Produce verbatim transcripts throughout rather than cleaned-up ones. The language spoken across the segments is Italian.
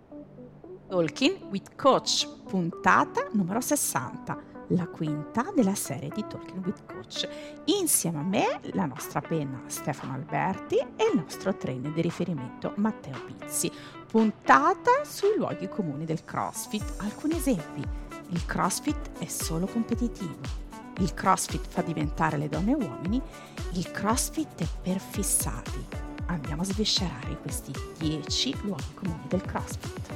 Talking with Coach, puntata numero sessanta, la quinta della serie di Talking with Coach. Insieme a me la nostra penna Stefano Alberti e il nostro trainer di riferimento Matteo Pizzi. Puntata sui luoghi comuni del CrossFit. Alcuni esempi. Il CrossFit è solo competitivo. Il CrossFit fa diventare le donne uomini. Il CrossFit è per fissati. Andiamo a sviscerare questi dieci luoghi comuni del CrossFit.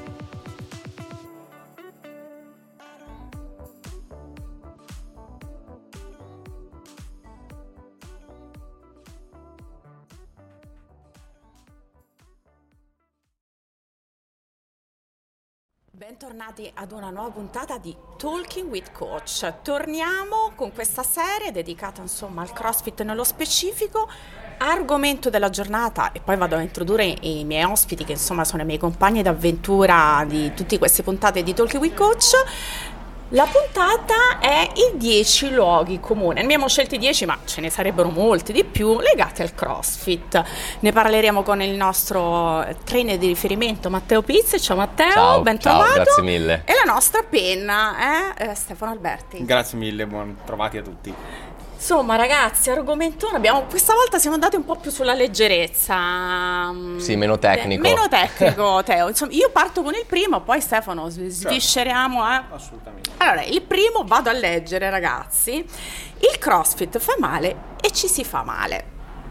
Bentornati ad una nuova puntata di Talking with Coach. Torniamo con questa serie dedicata insomma al CrossFit nello specifico. Argomento della giornata, e poi vado a introdurre i miei ospiti che insomma sono i miei compagni d'avventura di tutte queste puntate di Talking with Coach. La puntata è i dieci luoghi comuni. Ne abbiamo scelti dieci, ma ce ne sarebbero molti di più legati al CrossFit. Ne parleremo con il nostro trainer di riferimento Matteo Pizzi. Ciao Matteo, ciao, ben trovato. Ciao, grazie mille. E la nostra penna è eh, Stefano Alberti. Grazie mille, buon trovati a tutti. Insomma ragazzi, argomentone, abbiamo, questa volta siamo andati un po' più sulla leggerezza. Sì, meno tecnico. Eh, meno tecnico, Teo. Insomma, io parto con il primo, poi Stefano svisceriamo. Eh. Assolutamente. Allora, il primo vado a leggere, ragazzi. Il CrossFit fa male e ci si fa male.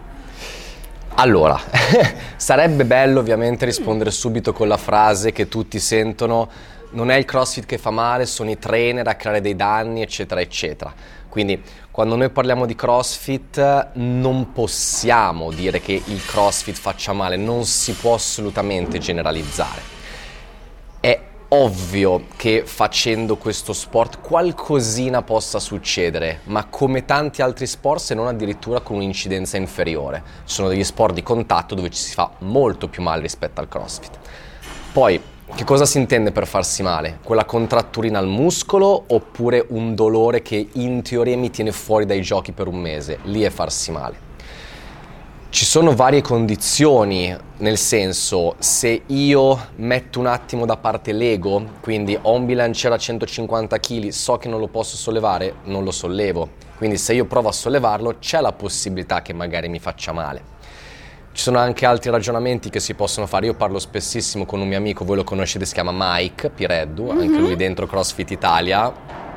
Allora, sarebbe bello ovviamente rispondere subito con la frase che tutti sentono: non è il CrossFit che fa male, sono i trainer a creare dei danni, eccetera, eccetera. Quindi, quando noi parliamo di CrossFit, non possiamo dire che il CrossFit faccia male, non si può assolutamente generalizzare. È ovvio che facendo questo sport qualcosina possa succedere, ma come tanti altri sport, se non addirittura con un'incidenza inferiore. Ci sono degli sport di contatto dove ci si fa molto più male rispetto al CrossFit. Poi, che cosa si intende per farsi male? Quella contratturina al muscolo oppure un dolore che in teoria mi tiene fuori dai giochi per un mese? Lì è farsi male. Ci sono varie condizioni, nel senso, se io metto un attimo da parte l'ego, quindi ho un bilanciere a centocinquanta chili, so che non lo posso sollevare, non lo sollevo. Quindi se io provo a sollevarlo c'è la possibilità che magari mi faccia male. Ci sono anche altri ragionamenti che si possono fare. Io parlo spessissimo con un mio amico, voi lo conoscete, si chiama Mike Pireddu, mm-hmm. Anche lui dentro CrossFit Italia,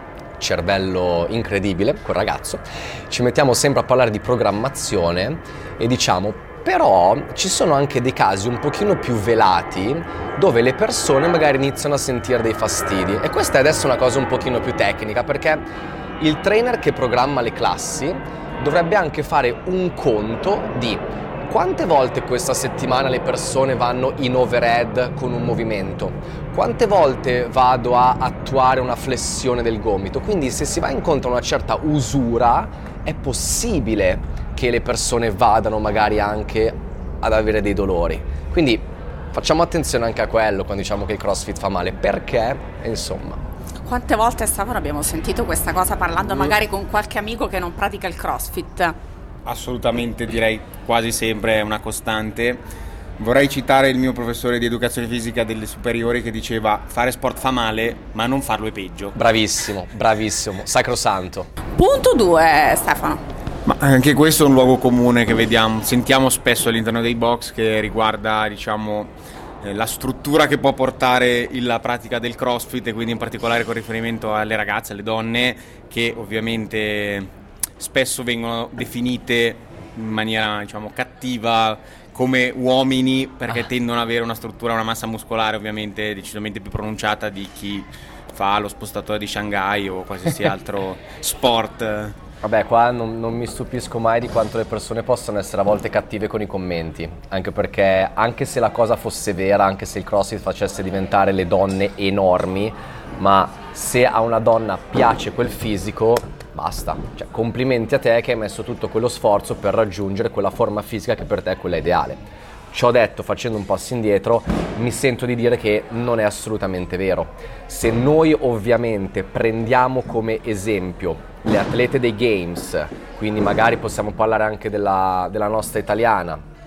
cervello incredibile, quel ragazzo. Ci mettiamo sempre a parlare di programmazione e diciamo, però ci sono anche dei casi un pochino più velati dove le persone magari iniziano a sentire dei fastidi. E questa è adesso una cosa un pochino più tecnica, perché il trainer che programma le classi dovrebbe anche fare un conto di quante volte questa settimana le persone vanno in overhead con un movimento, quante volte vado a attuare una flessione del gomito. Quindi se si va incontro a una certa usura è possibile che le persone vadano magari anche ad avere dei dolori. Quindi facciamo attenzione anche a quello quando diciamo che il CrossFit fa male, perché insomma. Quante volte Stefano abbiamo sentito questa cosa parlando magari con qualche amico che non pratica il CrossFit? Assolutamente, direi quasi sempre è una costante. Vorrei citare il mio professore di educazione fisica delle superiori che diceva: fare sport fa male, ma non farlo è peggio. Bravissimo, bravissimo, sacrosanto. Punto due, Stefano. Ma anche questo è un luogo comune che vediamo, sentiamo spesso all'interno dei box, che riguarda, diciamo, eh, la struttura che può portare la pratica del CrossFit, e quindi in particolare con riferimento alle ragazze, alle donne, che ovviamente spesso vengono definite in maniera, diciamo, cattiva come uomini, perché ah. tendono ad avere una struttura, una massa muscolare ovviamente decisamente più pronunciata di chi fa lo spostatore di Shanghai o qualsiasi altro sport. Vabbè, qua non, non mi stupisco mai di quanto le persone possano essere a volte cattive con i commenti, anche perché anche se la cosa fosse vera, anche se il CrossFit facesse diventare le donne enormi, ma se a una donna piace quel fisico, basta. Cioè, complimenti a te che hai messo tutto quello sforzo per raggiungere quella forma fisica che per te è quella ideale. Ci ho detto, facendo un passo indietro, mi sento di dire che non è assolutamente vero. Se noi ovviamente prendiamo come esempio le atlete dei Games, quindi magari possiamo parlare anche della, della nostra italiana,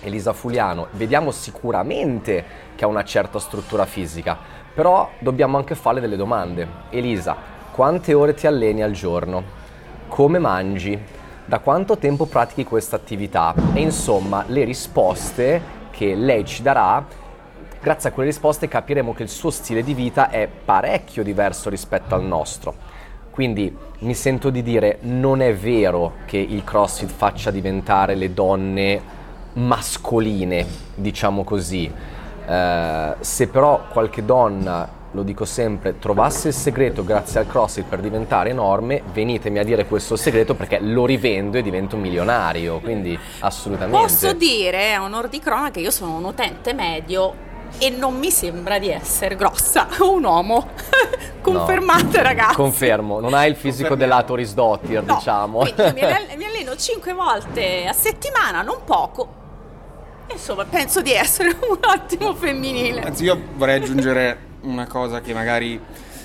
Elisa Fuliano, vediamo sicuramente che ha una certa struttura fisica, però dobbiamo anche farle delle domande. Elisa, quante ore ti alleni al giorno? Come mangi? Da quanto tempo pratichi questa attività? E insomma, le risposte che lei ci darà, grazie a quelle risposte capiremo che il suo stile di vita è parecchio diverso rispetto al nostro. Quindi mi sento di dire, non è vero che il CrossFit faccia diventare le donne mascoline, diciamo così. Eh, se però qualche donna, lo dico sempre, trovasse il segreto grazie al CrossFit per diventare enorme, venitemi a dire questo segreto perché lo rivendo e divento milionario, quindi assolutamente. Posso dire, a onor di cronaca, che io sono un utente medio e non mi sembra di essere grossa, un uomo. Confermate, no, ragazzi. Confermo, non hai il fisico della Toris Dottir, no, diciamo. Quindi mi alleno, mi alleno cinque volte a settimana, non poco. Insomma, penso di essere un attimo femminile. Anzi, io vorrei aggiungere una cosa che magari,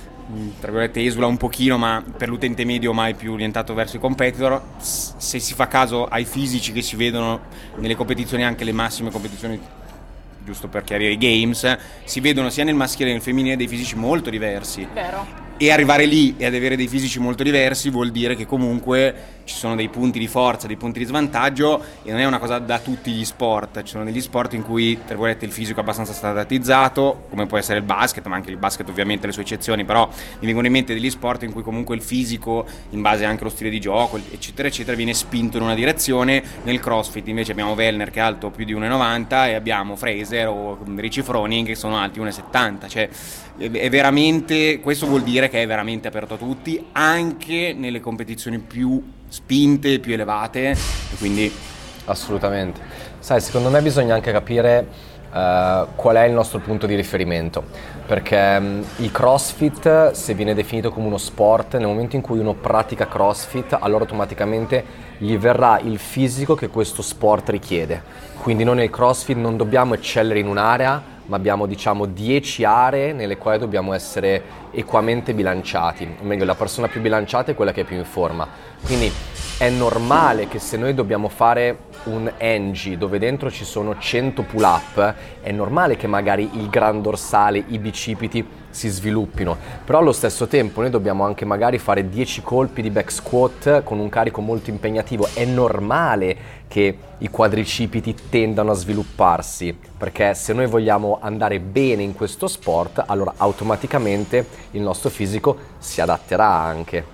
tra virgolette, esula un pochino, ma per l'utente medio mai più orientato verso i competitor, se si fa caso ai fisici che si vedono nelle competizioni, anche le massime competizioni, giusto per chiarire i games, si vedono sia nel maschile che nel femminile dei fisici molto diversi. Vero. E arrivare lì e ad avere dei fisici molto diversi vuol dire che comunque ci sono dei punti di forza, dei punti di svantaggio, e non è una cosa da tutti gli sport. Ci sono degli sport in cui, tra virgolette, il fisico è abbastanza standardizzato, come può essere il basket, ma anche il basket ovviamente ha le sue eccezioni, però mi vengono in mente degli sport in cui comunque il fisico, in base anche allo stile di gioco, eccetera eccetera, viene spinto in una direzione. Nel CrossFit invece abbiamo Wellner che è alto più di uno virgola novanta e abbiamo Fraser o Richie Froning che sono alti uno virgola settanta, cioè è veramente, questo vuol dire che è veramente aperto a tutti, anche nelle competizioni più spinte, più elevate, e quindi assolutamente. Sai, secondo me bisogna anche capire uh, qual è il nostro punto di riferimento, perché um, il CrossFit, se viene definito come uno sport, nel momento in cui uno pratica CrossFit, allora automaticamente gli verrà il fisico che questo sport richiede. Quindi noi nel CrossFit non dobbiamo eccellere in un'area, ma abbiamo, diciamo, dieci aree nelle quali dobbiamo essere equamente bilanciati. O meglio, la persona più bilanciata è quella che è più in forma. Quindi è normale che se noi dobbiamo fare un N G dove dentro ci sono cento pull up, è normale che magari il gran dorsale, i bicipiti si sviluppino, però allo stesso tempo noi dobbiamo anche magari fare dieci colpi di back squat con un carico molto impegnativo. È normale che i quadricipiti tendano a svilupparsi, perché se noi vogliamo andare bene in questo sport, allora automaticamente il nostro fisico si adatterà anche.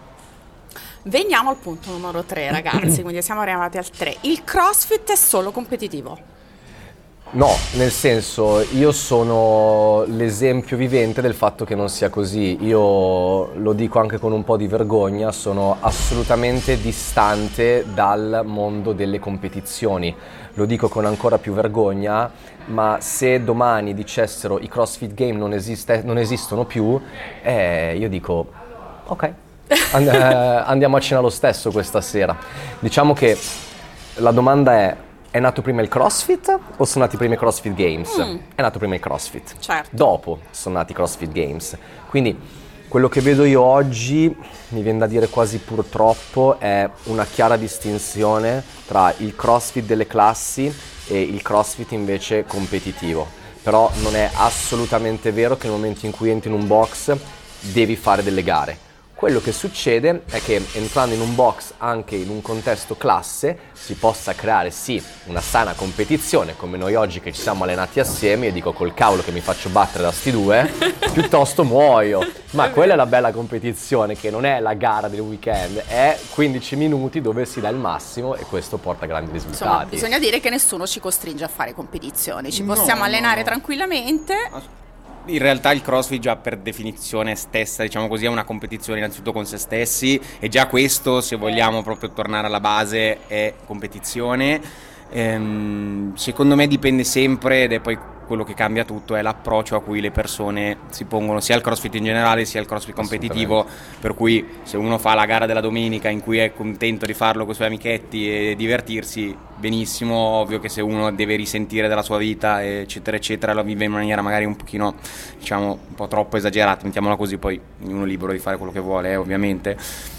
Veniamo al punto numero tre, ragazzi, quindi siamo arrivati al tre. Il CrossFit è solo competitivo? No, nel senso, io sono l'esempio vivente del fatto che non sia così. Io lo dico anche con un po' di vergogna, sono assolutamente distante dal mondo delle competizioni. Lo dico con ancora più vergogna, ma se domani dicessero i CrossFit Game non, esiste, non esistono più, eh, io dico ok, and- eh, andiamo a cena lo stesso questa sera. Diciamo che la domanda è: è nato prima il CrossFit o sono nati prima i CrossFit Games? Mm. È nato prima il CrossFit. Certo. Dopo sono nati i CrossFit Games. Quindi quello che vedo io oggi, mi viene da dire quasi purtroppo, è una chiara distinzione tra il CrossFit delle classi e il CrossFit invece competitivo. Però non è assolutamente vero che nel momento in cui entri in un box devi fare delle gare. Quello che succede è che entrando in un box anche in un contesto classe si possa creare sì una sana competizione, come noi oggi che ci siamo allenati assieme. Io dico col cavolo che mi faccio battere da sti due, piuttosto muoio. Ma quella è la bella competizione, che non è la gara del weekend, è quindici minuti dove si dà il massimo e questo porta a grandi risultati. Insomma, bisogna dire che nessuno ci costringe a fare competizioni, ci possiamo no, allenare no. tranquillamente. In realtà il CrossFit già per definizione stessa, diciamo così, è una competizione innanzitutto con se stessi, e già questo, se vogliamo proprio tornare alla base, è competizione. Ehm, secondo me dipende sempre, ed è poi quello che cambia tutto, è l'approccio a cui le persone si pongono sia al CrossFit in generale sia al CrossFit competitivo. Per cui se uno fa la gara della domenica in cui è contento di farlo con i suoi amichetti e divertirsi, benissimo. Ovvio che se uno deve risentire della sua vita eccetera eccetera, lo vive in maniera magari un pochino, diciamo, un po' troppo esagerata, mettiamola così, poi ognuno è libero di fare quello che vuole, eh, ovviamente.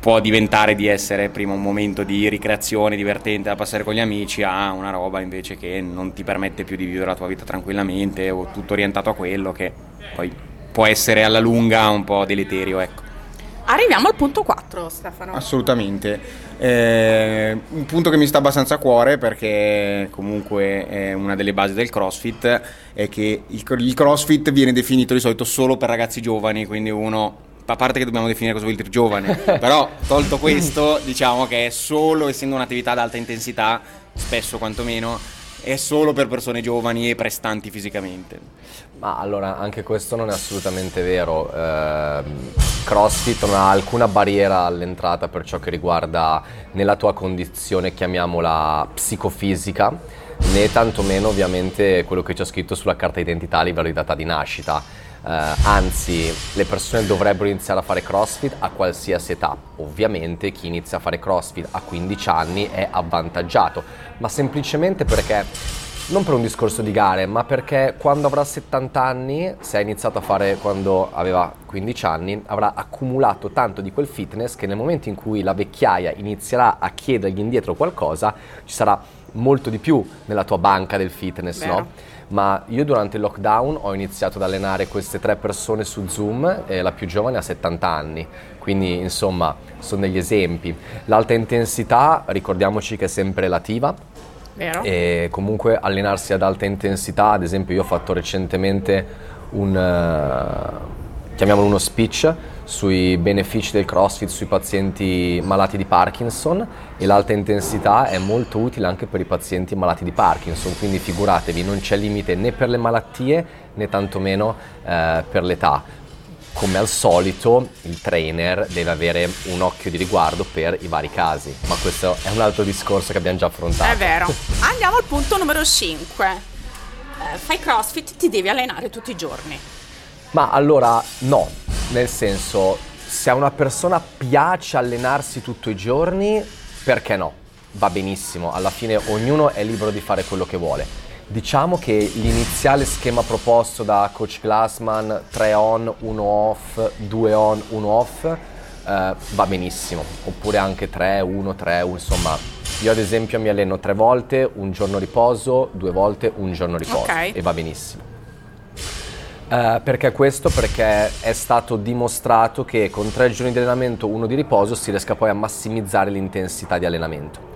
può diventare di essere prima un momento di ricreazione divertente da passare con gli amici a una roba invece che non ti permette più di vivere la tua vita tranquillamente, o tutto orientato a quello, che poi può essere alla lunga un po' deleterio, ecco. Arriviamo al punto quattro, Stefano. Assolutamente, eh, un punto che mi sta abbastanza a cuore, perché comunque è una delle basi del CrossFit, è che il, il CrossFit viene definito di solito solo per ragazzi giovani, quindi uno, a parte che dobbiamo definire cosa vuol dire giovane, però tolto questo, diciamo che è solo, essendo un'attività ad alta intensità, spesso quantomeno, è solo per persone giovani e prestanti fisicamente. Ma allora, anche questo non è assolutamente vero. Eh, CrossFit non ha alcuna barriera all'entrata per ciò che riguarda né la tua condizione, chiamiamola psicofisica, né tantomeno ovviamente quello che c'è scritto sulla carta d'identità a livello di data di nascita. Uh, anzi, le persone dovrebbero iniziare a fare CrossFit a qualsiasi età. Ovviamente chi inizia a fare CrossFit a quindici anni è avvantaggiato, ma semplicemente perché, non per un discorso di gare, ma perché quando avrà settanta anni, se ha iniziato a fare quando aveva quindici anni, avrà accumulato tanto di quel fitness che nel momento in cui la vecchiaia inizierà a chiedergli indietro qualcosa, ci sarà molto di più nella tua banca del fitness, Vero. no? Ma io durante il lockdown ho iniziato ad allenare queste tre persone su Zoom e la più giovane ha settanta anni, quindi insomma sono degli esempi. L'alta intensità, ricordiamoci che è sempre relativa. Vero. E comunque allenarsi ad alta intensità, ad esempio io ho fatto recentemente un, uh, chiamiamolo uno speech sui benefici del CrossFit sui pazienti malati di Parkinson, e l'alta intensità è molto utile anche per i pazienti malati di Parkinson, quindi figuratevi, non c'è limite né per le malattie né tantomeno eh, per l'età. Come al solito il trainer deve avere un occhio di riguardo per i vari casi, ma questo è un altro discorso che abbiamo già affrontato. È vero. Andiamo al punto numero cinque. Eh, fai CrossFit, ti devi allenare tutti i giorni. Ma allora no, nel senso, se a una persona piace allenarsi tutti i giorni, perché no? Va benissimo, alla fine ognuno è libero di fare quello che vuole. Diciamo che l'iniziale schema proposto da Coach Glassman, tre on, uno off, due on, uno off, eh, va benissimo, oppure anche tre, uno, tre, insomma, io ad esempio mi alleno tre volte, un giorno riposo, due volte, un giorno riposo, okay. E va benissimo. Uh, perché questo? Perché è stato dimostrato che con tre giorni di allenamento, uno di riposo, si riesca poi a massimizzare l'intensità di allenamento.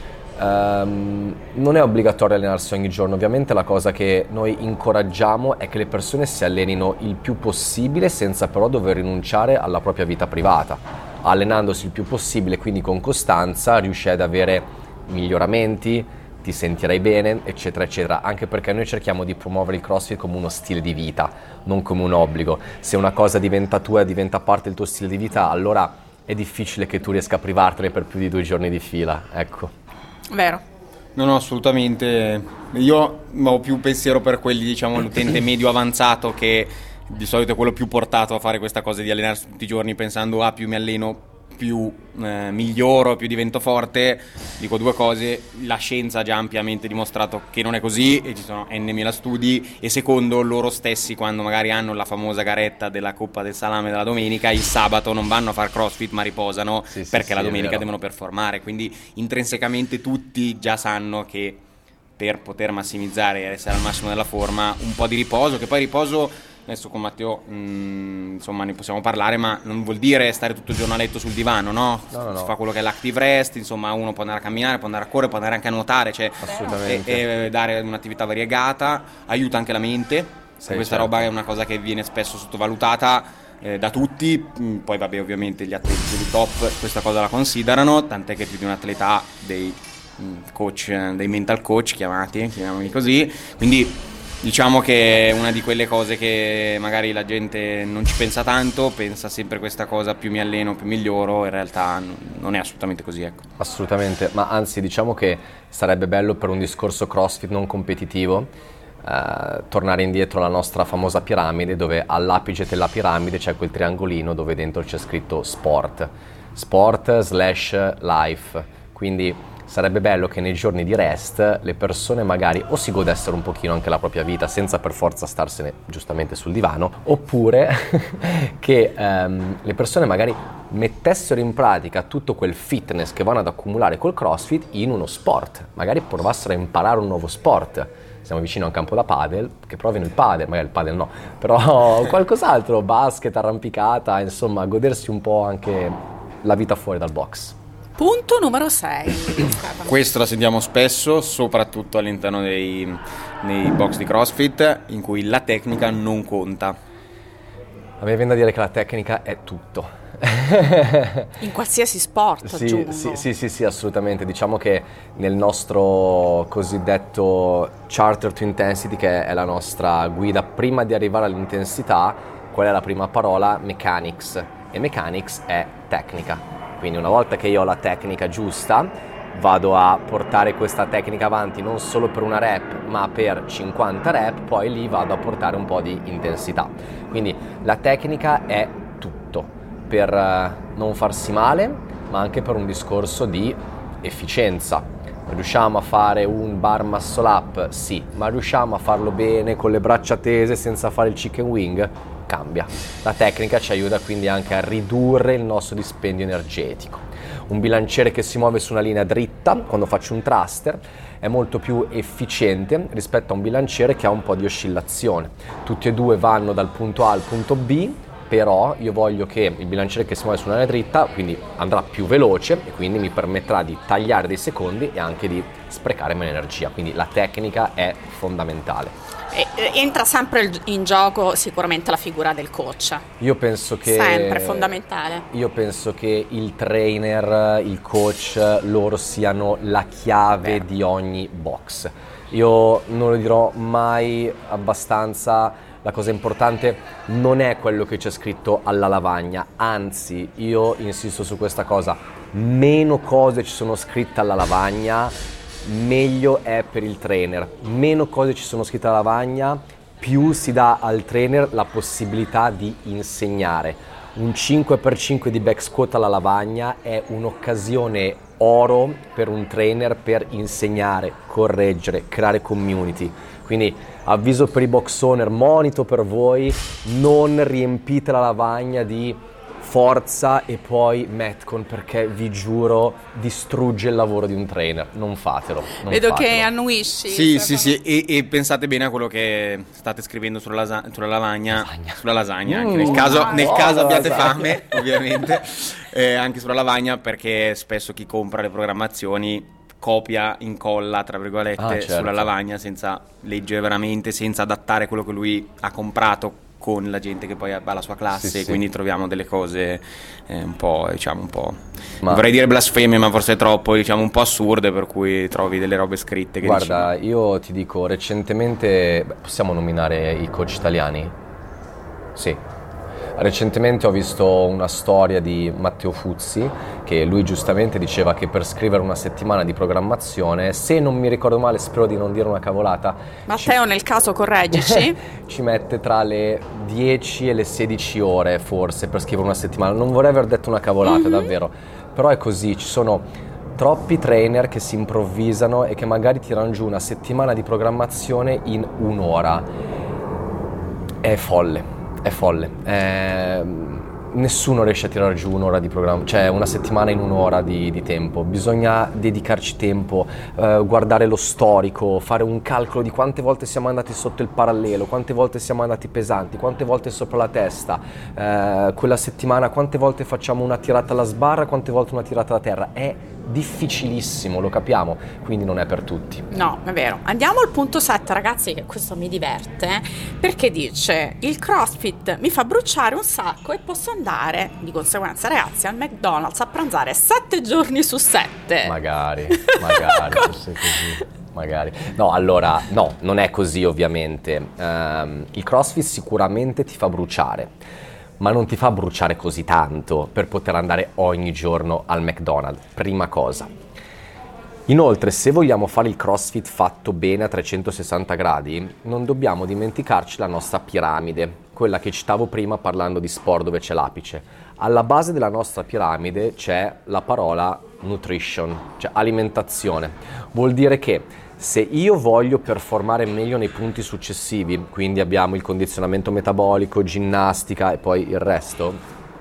Um, non è obbligatorio allenarsi ogni giorno, ovviamente la cosa che noi incoraggiamo è che le persone si allenino il più possibile senza però dover rinunciare alla propria vita privata. Allenandosi il più possibile, quindi con costanza, riuscire ad avere miglioramenti, ti sentirai bene, eccetera, eccetera, anche perché noi cerchiamo di promuovere il CrossFit come uno stile di vita, non come un obbligo. Se una cosa diventa tua e diventa parte del tuo stile di vita, allora è difficile che tu riesca a privartene per più di due giorni di fila, ecco. Vero. No, no, assolutamente. Io ho più pensiero per quelli, diciamo, l'utente medio avanzato, che di solito è quello più portato a fare questa cosa di allenarsi tutti i giorni pensando ah, più mi alleno più eh, miglioro, più divento forte. Dico due cose: la scienza ha già ampiamente dimostrato che non è così e ci sono n mila studi, e secondo, loro stessi quando magari hanno la famosa garetta della coppa del salame della domenica, il sabato non vanno a far CrossFit ma riposano, sì, perché sì, la domenica devono performare, quindi intrinsecamente tutti già sanno che per poter massimizzare e essere al massimo della forma un po' di riposo, che poi riposo adesso con Matteo mh, insomma ne possiamo parlare, ma non vuol dire stare tutto il giorno a letto sul divano, no? No, no, no. Si fa quello che è l'active rest, insomma uno può andare a camminare, può andare a correre, può andare anche a nuotare, cioè assolutamente. E, e dare un'attività variegata, aiuta anche la mente, sì, questa certo. roba è una cosa che viene spesso sottovalutata eh, da tutti, poi vabbè ovviamente gli atleti di top questa cosa la considerano, tant'è che più di un atleta dei coach, dei mental coach chiamati, chiamiamoli così, quindi diciamo che è una di quelle cose che magari la gente non ci pensa tanto, pensa sempre questa cosa più mi alleno più miglioro, in realtà non è assolutamente così, ecco. Assolutamente, ma anzi diciamo che sarebbe bello per un discorso CrossFit non competitivo eh, tornare indietro alla nostra famosa piramide, dove all'apice della piramide c'è quel triangolino dove dentro c'è scritto sport, sport slash life, quindi sarebbe bello che nei giorni di rest le persone magari o si godessero un pochino anche la propria vita senza per forza starsene giustamente sul divano, oppure che ehm, le persone magari mettessero in pratica tutto quel fitness che vanno ad accumulare col CrossFit in uno sport, magari provassero a imparare un nuovo sport. Siamo vicino a un campo da padel, che provino il padel, magari il padel no, però qualcos'altro, basket, arrampicata, insomma, godersi un po' anche la vita fuori dal box. Punto numero sei. Questo la sentiamo spesso, soprattutto all'interno dei, dei box di CrossFit, in cui la tecnica non conta. A me viene da dire che la tecnica è tutto. In qualsiasi sport, sì, aggiungo. Sì, sì, sì, sì, assolutamente. Diciamo che nel nostro cosiddetto Charter to Intensity, che è la nostra guida prima di arrivare all'intensità, qual è la prima parola? Mechanics. E mechanics è tecnica. Quindi una volta che io ho la tecnica giusta, vado a portare questa tecnica avanti non solo per una rep, ma per cinquanta rep, poi lì vado a portare un po' di intensità. Quindi la tecnica è tutto. Per non farsi male, ma anche per un discorso di efficienza. Riusciamo a fare un bar muscle up? Sì, ma riusciamo a farlo bene con le braccia tese senza fare il chicken wing? Cambia. La tecnica ci aiuta quindi anche a ridurre il nostro dispendio energetico. Un bilanciere che si muove su una linea dritta, quando faccio un thruster, è molto più efficiente rispetto a un bilanciere che ha un po' di oscillazione. Tutti e due vanno dal punto A al punto B, però io voglio che il bilanciere che si muove su una linea dritta quindi andrà più veloce e quindi mi permetterà di tagliare dei secondi e anche di sprecare meno energia, quindi la tecnica è fondamentale. E, entra sempre in gioco sicuramente la figura del coach. Io penso che sempre fondamentale. Io penso che il trainer, il coach, loro siano la chiave Vero. di ogni box. Io non lo dirò mai abbastanza. La cosa importante non è quello che c'è scritto alla lavagna, anzi io insisto su questa cosa, meno cose ci sono scritte alla lavagna, meglio è per il trainer, meno cose ci sono scritte alla lavagna, più si dà al trainer la possibilità di insegnare. Un cinque per cinque di back squat alla lavagna è un'occasione oro per un trainer per insegnare, correggere, creare community. Quindi avviso per i box owner, monito per voi, non riempite la lavagna di forza e poi metcon, perché vi giuro distrugge il lavoro di un trainer, non fatelo. Non Vedo fatelo. che annuisci. Sì, sì, sì, e, e pensate bene a quello che state scrivendo sulla, lasa- sulla lavagna, lasagna. sulla lasagna, Mm, anche nel caso, nel oh, caso abbiate lasagna. fame, ovviamente, eh, anche sulla lavagna, perché spesso chi compra le programmazioni copia, incolla, tra virgolette, Ah, certo. sulla lavagna senza leggere veramente, senza adattare quello che lui ha comprato con la gente che poi ha la sua classe, Sì, e sì. quindi troviamo delle cose eh, un po', diciamo, un po', Ma- vorrei dire blasfeme, ma forse è troppo, diciamo, un po' assurde, per cui trovi delle robe scritte che Guarda, dici, io ti dico, recentemente, beh, possiamo nominare i coach italiani? Sì. Recentemente ho visto una storia di Matteo Fuzzi, che lui giustamente diceva che per scrivere una settimana di programmazione, se non mi ricordo male, spero di non dire una cavolata, Matteo, ci, nel caso correggici. ci mette tra le dieci e le sedici ore forse per scrivere una settimana. Non vorrei aver detto una cavolata, Mm-hmm. davvero, però è così, ci sono troppi trainer che si improvvisano e che magari tirano giù una settimana di programmazione in un'ora. È folle. È folle, eh, nessuno riesce a tirare giù un'ora di programma, cioè una settimana in un'ora di, di tempo, bisogna dedicarci tempo, eh, guardare lo storico, fare un calcolo di quante volte siamo andati sotto il parallelo, quante volte siamo andati pesanti, quante volte sopra la testa, eh, quella settimana quante volte facciamo una tirata alla sbarra, quante volte una tirata alla terra, è difficilissimo, lo capiamo, quindi non è per tutti. No, è vero. Andiamo al punto sette, ragazzi, che questo mi diverte, perché dice: il CrossFit mi fa bruciare un sacco e posso andare, di conseguenza, ragazzi, al McDonald's a pranzare sette giorni su sette. Magari, magari, fosse così. Magari. No, allora, no, non è così ovviamente. Um, il CrossFit sicuramente ti fa bruciare, ma non ti fa bruciare così tanto per poter andare ogni giorno al McDonald's, prima cosa. Inoltre, se vogliamo fare il CrossFit fatto bene a trecentosessanta gradi, non dobbiamo dimenticarci la nostra piramide, quella che citavo prima parlando di sport dove c'è l'apice. Alla base della nostra piramide c'è la parola nutrition, cioè alimentazione. Vuol dire che se io voglio performare meglio nei punti successivi, quindi abbiamo il condizionamento metabolico, ginnastica e poi il resto,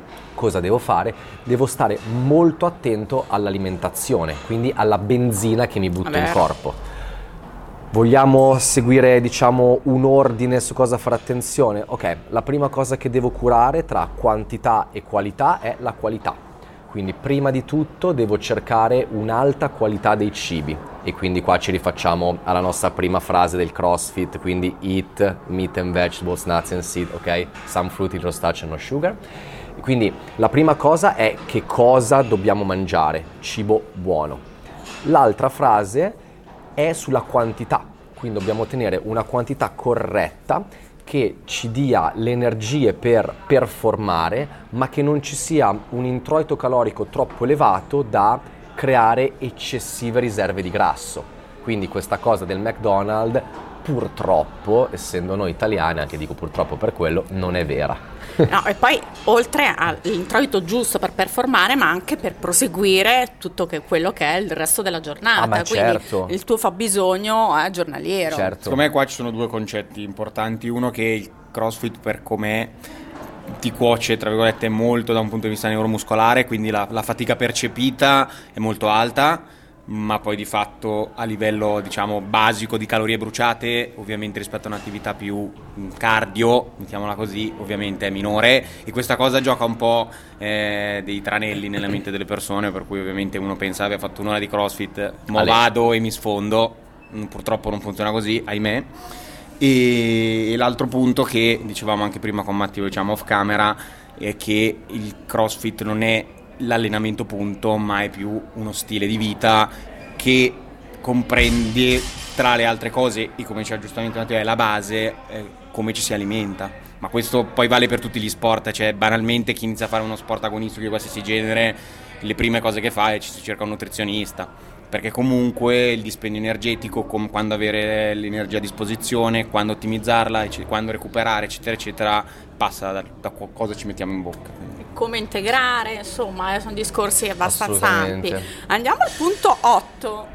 cosa devo fare? Devo stare molto attento all'alimentazione, quindi alla benzina che mi butto Vabbè. in corpo. Vogliamo seguire, diciamo, un ordine su cosa fare attenzione? Ok, la prima cosa che devo curare tra quantità e qualità è la qualità. Quindi prima di tutto devo cercare un'alta qualità dei cibi e quindi qua ci rifacciamo alla nostra prima frase del CrossFit, quindi eat meat and vegetables, nuts and seed, ok? Some fruit, no starch and no sugar. Quindi la prima cosa è che cosa dobbiamo mangiare, cibo buono. L'altra frase è sulla quantità, quindi dobbiamo ottenere una quantità corretta che ci dia le energie per performare, ma che non ci sia un introito calorico troppo elevato da creare eccessive riserve di grasso. Quindi questa cosa del McDonald's, purtroppo, essendo noi italiani, anche dico purtroppo per quello, non è vera. No, e poi oltre all'introito giusto per performare, ma anche per proseguire tutto che quello che è il resto della giornata. Ah, ma quindi certo. il tuo fabbisogno è giornaliero. Certo. Secondo me qua ci sono due concetti importanti. Uno, che il CrossFit per com'è ti cuoce, tra virgolette, molto da un punto di vista neuromuscolare, quindi la, la fatica percepita è molto alta, ma poi di fatto a livello, diciamo, basico di calorie bruciate, ovviamente rispetto a un'attività più cardio, mettiamola così, ovviamente è minore, e questa cosa gioca un po' eh, dei tranelli nella mente delle persone, per cui ovviamente uno pensa: abbia fatto un'ora di CrossFit, mo Ale. vado e mi sfondo. Purtroppo non funziona così, ahimè. E l'altro punto che dicevamo anche prima con Matteo, diciamo off camera, è che il CrossFit non è l'allenamento punto, ma è più uno stile di vita che comprende, tra le altre cose, e come diceva giustamente Matteo, è la base, eh, come ci si alimenta. Ma questo poi vale per tutti gli sport, cioè banalmente chi inizia a fare uno sport agonistico di qualsiasi genere, le prime cose che fa è ci si cerca un nutrizionista, perché comunque il dispendio energetico, com- quando avere l'energia a disposizione, quando ottimizzarla, ecc- quando recuperare, eccetera eccetera, passa da, da cosa ci mettiamo in bocca. Quindi. Come integrare, insomma, eh, sono discorsi abbastanza ampi. Assolutamente. Andiamo al punto otto.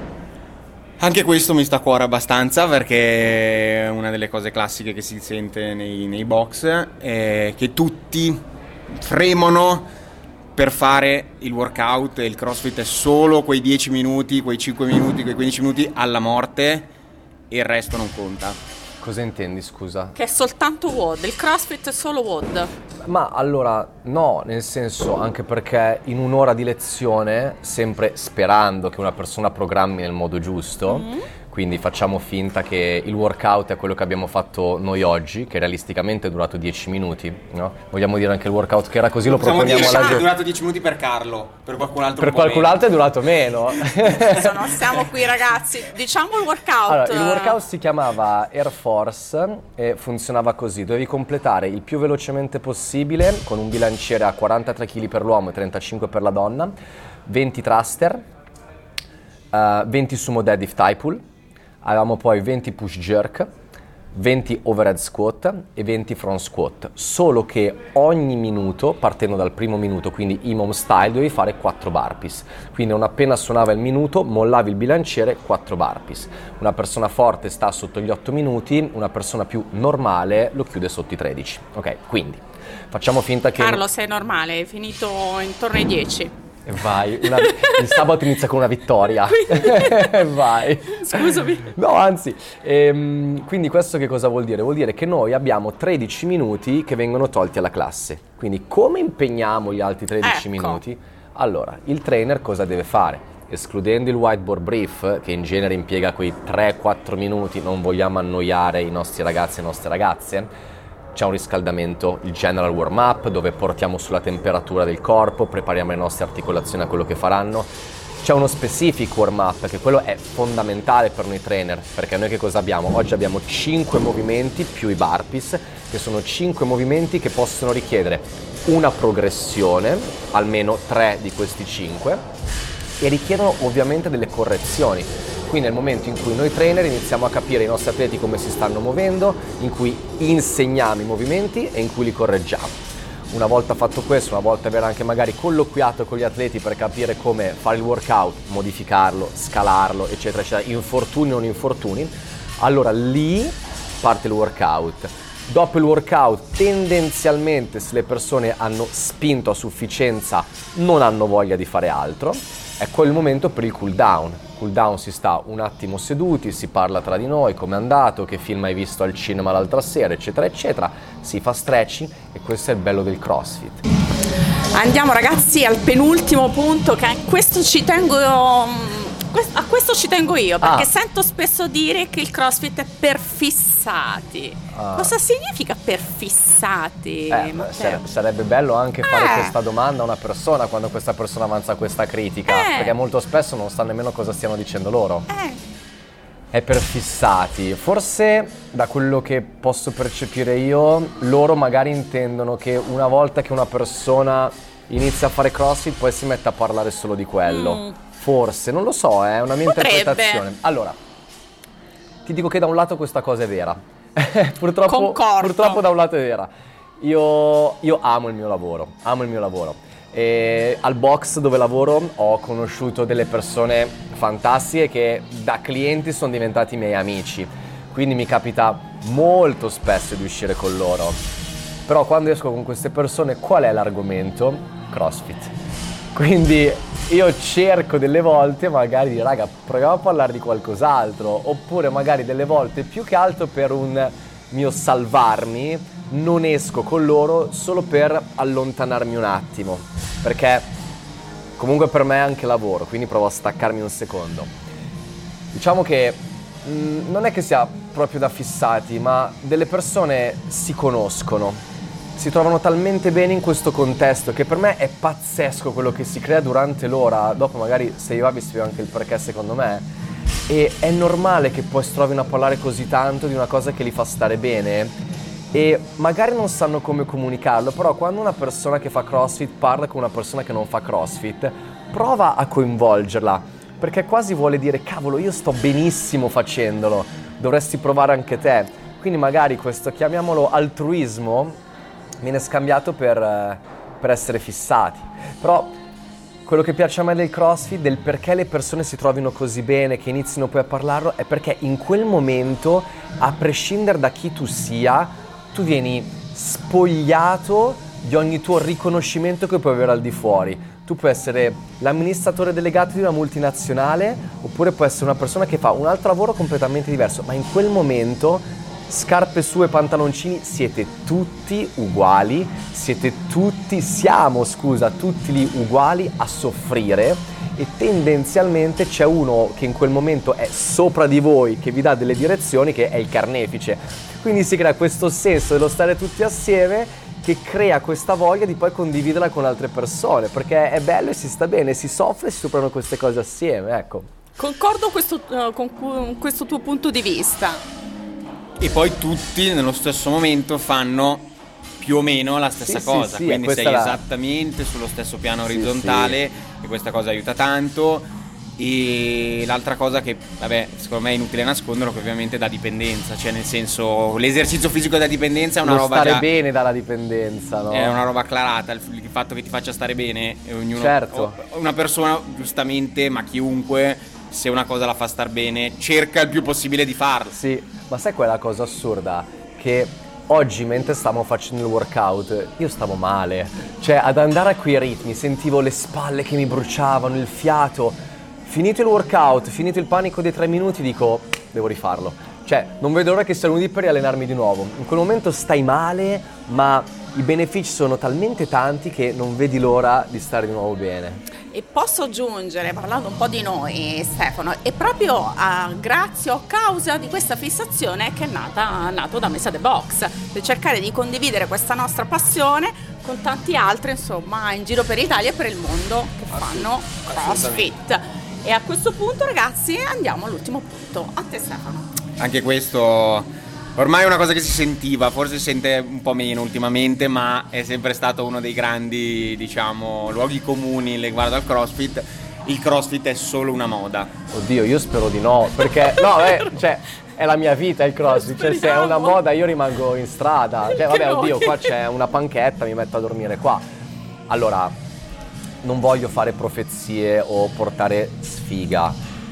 Anche questo mi sta a cuore abbastanza, perché è una delle cose classiche che si sente nei, nei box, è che tutti fremono per fare il workout, e il CrossFit è solo quei dieci minuti, quei cinque minuti, quei quindici minuti alla morte, e il resto non conta. Cosa intendi, scusa? Che è soltanto W O D, il CrossFit è solo W O D. Ma allora, no, nel senso, anche perché in un'ora di lezione, sempre sperando che una persona programmi nel modo giusto, mm-hmm. quindi facciamo finta che il workout è quello che abbiamo fatto noi oggi, che realisticamente è durato dieci minuti, no? Vogliamo dire anche il workout che era così, lo Possiamo proponiamo dire alla che è gente. durato dieci minuti per Carlo, per qualcun altro Per un po' qualcun meno. altro è durato meno. Adesso non siamo qui, ragazzi. Diciamo il workout. Allora, il workout si chiamava Air Force e funzionava così: dovevi completare il più velocemente possibile con un bilanciere a quarantatré chili per l'uomo e trentacinque per la donna, venti thruster, uh, venti sumo deadlift thigh pull, avevamo poi venti push jerk, venti overhead squat e venti front squat, solo che ogni minuto, partendo dal primo minuto, quindi imam style, dovevi fare quattro burpees. Quindi non appena suonava il minuto, mollavi il bilanciere, quattro burpees. Una persona forte sta sotto gli otto minuti, una persona più normale lo chiude sotto i tredici. Ok, quindi facciamo finta che... Carlo, sei normale, hai finito intorno ai dieci. Vai, una... il sabato inizia con una vittoria. Vai. Scusami. No, anzi, ehm, quindi questo che cosa vuol dire? Vuol dire che noi abbiamo tredici minuti che vengono tolti alla classe. Quindi come impegniamo gli altri tredici Ecco. minuti? Allora, il trainer cosa deve fare? Escludendo il whiteboard brief, che in genere impiega quei tre quattro minuti, non vogliamo annoiare i nostri ragazzi e le nostre ragazze, c'è un riscaldamento, il general warm up, dove portiamo sulla temperatura del corpo, prepariamo le nostre articolazioni a quello che faranno. C'è uno specific warm up, che quello è fondamentale per noi trainer, perché noi che cosa abbiamo? Oggi abbiamo cinque movimenti più i burpees, che sono cinque movimenti che possono richiedere una progressione, almeno tre di questi cinque, e richiedono ovviamente delle correzioni. Quindi è il momento in cui noi trainer iniziamo a capire i nostri atleti come si stanno muovendo, in cui insegniamo i movimenti e in cui li correggiamo. Una volta fatto questo, una volta aver anche magari colloquiato con gli atleti per capire come fare il workout, modificarlo, scalarlo, eccetera, eccetera, infortuni o non infortuni, allora lì parte il workout. Dopo il workout, tendenzialmente, se le persone hanno spinto a sufficienza, non hanno voglia di fare altro. È quel momento per il cool down. Cool down, si sta un attimo seduti, si parla tra di noi, come è andato, che film hai visto al cinema l'altra sera, eccetera, eccetera. Si fa stretching e questo è il bello del CrossFit. Andiamo ragazzi al penultimo punto, che questo ci tengo, a questo ci tengo io, perché ah. sento spesso dire che il CrossFit è per fissati. Ah. Cosa significa per fissati? Eh, sarebbe, sarebbe bello anche fare eh. questa domanda a una persona quando questa persona avanza questa critica, eh. perché molto spesso non sa nemmeno cosa stiano dicendo loro. Eh. È per fissati. Forse, da quello che posso percepire io, loro magari intendono che una volta che una persona inizia a fare CrossFit poi si mette a parlare solo di quello. Mm. Forse, non lo so, è una mia Potrebbe. interpretazione. Allora, ti dico che da un lato questa cosa è vera. purtroppo, Concordo. purtroppo da un lato è vera. Io, io amo il mio lavoro, amo il mio lavoro. E al box dove lavoro ho conosciuto delle persone fantastiche che da clienti sono diventati miei amici, quindi mi capita molto spesso di uscire con loro. Però quando esco con queste persone, qual è l'argomento? CrossFit. Quindi io cerco delle volte magari di raga, proviamo a parlare di qualcos'altro, oppure magari delle volte più che altro per un mio salvarmi non esco con loro solo per allontanarmi un attimo, perché comunque per me è anche lavoro, quindi provo a staccarmi un secondo. Diciamo che mh, non è che sia proprio da fissati, ma delle persone si conoscono, si trovano talmente bene in questo contesto che per me è pazzesco quello che si crea durante l'ora. Dopo magari se io vi spiego anche il perché secondo me, e è normale che poi si trovino a parlare così tanto di una cosa che li fa stare bene e magari non sanno come comunicarlo, però quando una persona che fa CrossFit parla con una persona che non fa CrossFit, prova a coinvolgerla, perché quasi vuole dire cavolo, io sto benissimo facendolo, dovresti provare anche te. Quindi magari questo, chiamiamolo altruismo, viene scambiato per, per essere fissati. Però quello che piace a me del CrossFit, del perché le persone si trovino così bene, che inizino poi a parlarlo, è perché in quel momento, a prescindere da chi tu sia, tu vieni spogliato di ogni tuo riconoscimento che puoi avere al di fuori. Tu puoi essere l'amministratore delegato di una multinazionale, oppure puoi essere una persona che fa un altro lavoro completamente diverso, ma in quel momento, scarpe su e pantaloncini, siete tutti uguali, siete tutti, siamo, scusa, tutti lì uguali a soffrire, e tendenzialmente c'è uno che in quel momento è sopra di voi, che vi dà delle direzioni, che è il carnefice. Quindi si crea questo senso dello stare tutti assieme che crea questa voglia di poi condividerla con altre persone, perché è bello e si sta bene, si soffre e si superano queste cose assieme, ecco. Concordo questo, uh, con questo tuo punto di vista. E poi tutti nello stesso momento fanno più o meno la stessa sì, cosa, sì, sì, quindi sei la... esattamente sullo stesso piano sì, orizzontale, sì. E questa cosa aiuta tanto. E l'altra cosa che, vabbè, secondo me è inutile nasconderlo, che ovviamente da dipendenza, cioè nel senso l'esercizio fisico da dipendenza è una Lo roba stare già, bene dalla dipendenza, no? È una roba acclarata, il, il fatto che ti faccia stare bene, e ognuno, certo. Una persona giustamente, ma chiunque, se una cosa la fa star bene, cerca il più possibile di farlo. Sì, ma sai quella cosa assurda? Che oggi mentre stavamo facendo il workout io stavo male, cioè ad andare a quei ritmi sentivo le spalle che mi bruciavano, il fiato. Finito il workout, finito il panico dei tre minuti, dico devo rifarlo, cioè non vedo l'ora che sia lunedì per riallenarmi di nuovo. In quel momento stai male, ma i benefici sono talmente tanti che non vedi l'ora di stare di nuovo bene. E posso aggiungere, parlando un po' di noi, Stefano, è proprio a, grazie o a causa di questa fissazione che è nata nato da Mesa The Box, per cercare di condividere questa nostra passione con tanti altri, insomma, in giro per l'Italia e per il mondo che fanno CrossFit. E a questo punto, ragazzi, andiamo all'ultimo punto. A te, Stefano. Anche questo ormai è una cosa che si sentiva, forse si sente un po' meno ultimamente, ma è sempre stato uno dei grandi, diciamo, luoghi comuni riguardo al CrossFit. Il CrossFit è solo una moda. Oddio, io spero di no, perché no, eh, cioè è la mia vita il CrossFit, cioè se è una moda io rimango in strada. Cioè vabbè, oddio, qua c'è una panchetta, mi metto a dormire qua. Allora, non voglio fare profezie o portare sfiga.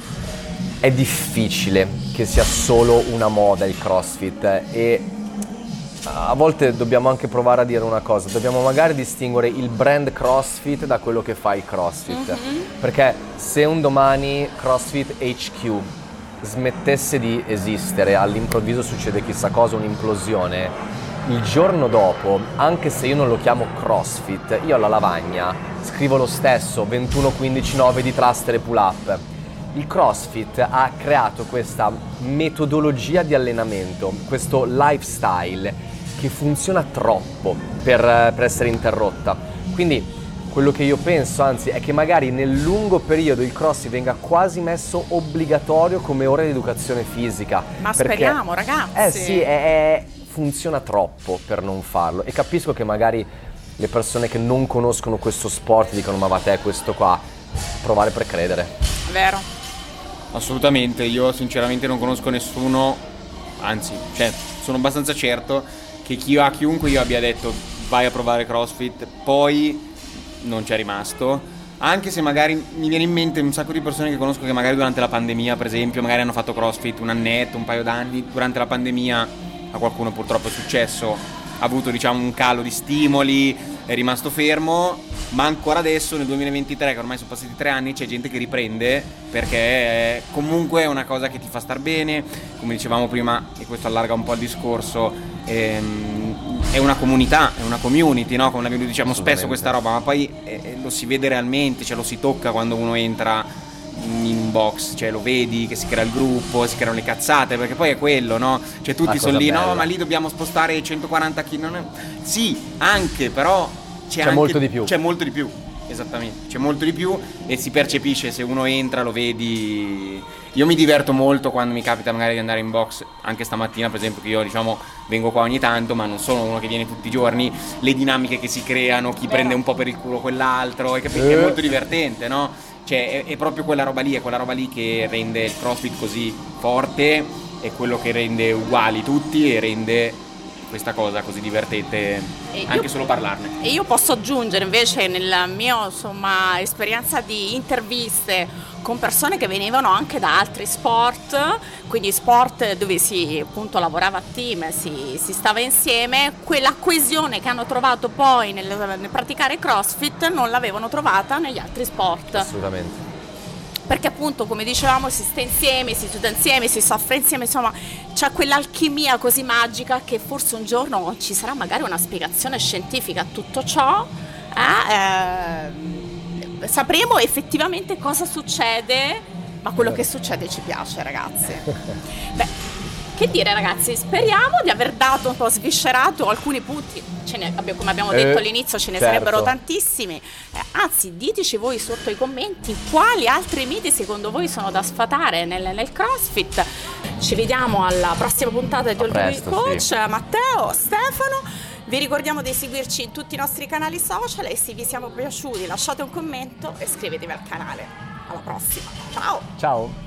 È difficile che sia solo una moda il CrossFit, e a volte dobbiamo anche provare a dire una cosa, dobbiamo magari distinguere il brand CrossFit da quello che fa il CrossFit, mm-hmm. perché se un domani CrossFit H Q smettesse di esistere, all'improvviso succede chissà cosa, un'implosione, il giorno dopo, anche se io non lo chiamo CrossFit, io alla lavagna scrivo lo stesso ventuno quindici nove di thruster e pull up. Il CrossFit ha creato questa metodologia di allenamento, questo lifestyle che funziona troppo per, per essere interrotta. Quindi quello che io penso, anzi, è che magari nel lungo periodo il CrossFit venga quasi messo obbligatorio come ora di educazione fisica. Ma perché, speriamo, ragazzi! Eh sì, è, è, funziona troppo per non farlo. E capisco che magari le persone che non conoscono questo sport dicono ma va te questo qua, provare per credere. Vero. Assolutamente, io sinceramente non conosco nessuno, anzi, cioè, sono abbastanza certo che chi, a chiunque io abbia detto vai a provare CrossFit, poi non c'è rimasto, anche se magari mi viene in mente un sacco di persone che conosco che magari durante la pandemia, per esempio, magari hanno fatto CrossFit un annetto, un paio d'anni, durante la pandemia a qualcuno purtroppo è successo, ha avuto diciamo un calo di stimoli, è rimasto fermo, ma ancora adesso nel duemilaventitré, che ormai sono passati tre anni, c'è gente che riprende perché comunque è una cosa che ti fa star bene, come dicevamo prima, e questo allarga un po' il discorso, ehm, è una comunità, è una community, no? Come la diciamo spesso questa roba, ma poi eh, lo si vede realmente, cioè lo si tocca quando uno entra in un box, cioè lo vedi che si crea il gruppo, si creano le cazzate, perché poi è quello, no? Cioè tutti sono lì, bella. No, ma lì dobbiamo spostare centoquaranta chilogrammi, non è... sì, anche, però c'è, c'è anche... molto di più. C'è molto di più, esattamente, c'è molto di più e si percepisce, se uno entra lo vedi. Io mi diverto molto quando mi capita magari di andare in box, anche stamattina per esempio, che io diciamo vengo qua ogni tanto, ma non sono uno che viene tutti i giorni, le dinamiche che si creano, chi prende un po' per il culo quell'altro, è, cap- è molto divertente, no? Cioè è, è proprio quella roba lì, è quella roba lì che rende il CrossFit così forte, è quello che rende uguali tutti e rende questa cosa così divertente e anche io, solo parlarne. E io posso aggiungere invece nella mia insomma esperienza di interviste con persone che venivano anche da altri sport, quindi sport dove si appunto lavorava a team, si, si stava insieme, quella coesione che hanno trovato poi nel, nel praticare CrossFit non l'avevano trovata negli altri sport. Assolutamente. Perché appunto, come dicevamo, si sta insieme, si studia insieme, si soffre insieme, insomma c'è quell'alchimia così magica che forse un giorno ci sarà magari una spiegazione scientifica a tutto ciò, eh, eh, sapremo effettivamente cosa succede, ma quello che succede ci piace, ragazzi. Beh, che dire, ragazzi, speriamo di aver dato un po' sviscerato alcuni punti, ce ne, come abbiamo detto eh, all'inizio ce ne certo. sarebbero tantissimi, eh, anzi diteci voi sotto i commenti quali altri miti secondo voi sono da sfatare nel, nel CrossFit. Ci vediamo alla prossima puntata di Talking with Coach, sì. Matteo, Stefano, vi ricordiamo di seguirci in tutti i nostri canali social e se vi siamo piaciuti lasciate un commento e iscrivetevi al canale. Alla prossima, ciao! Ciao!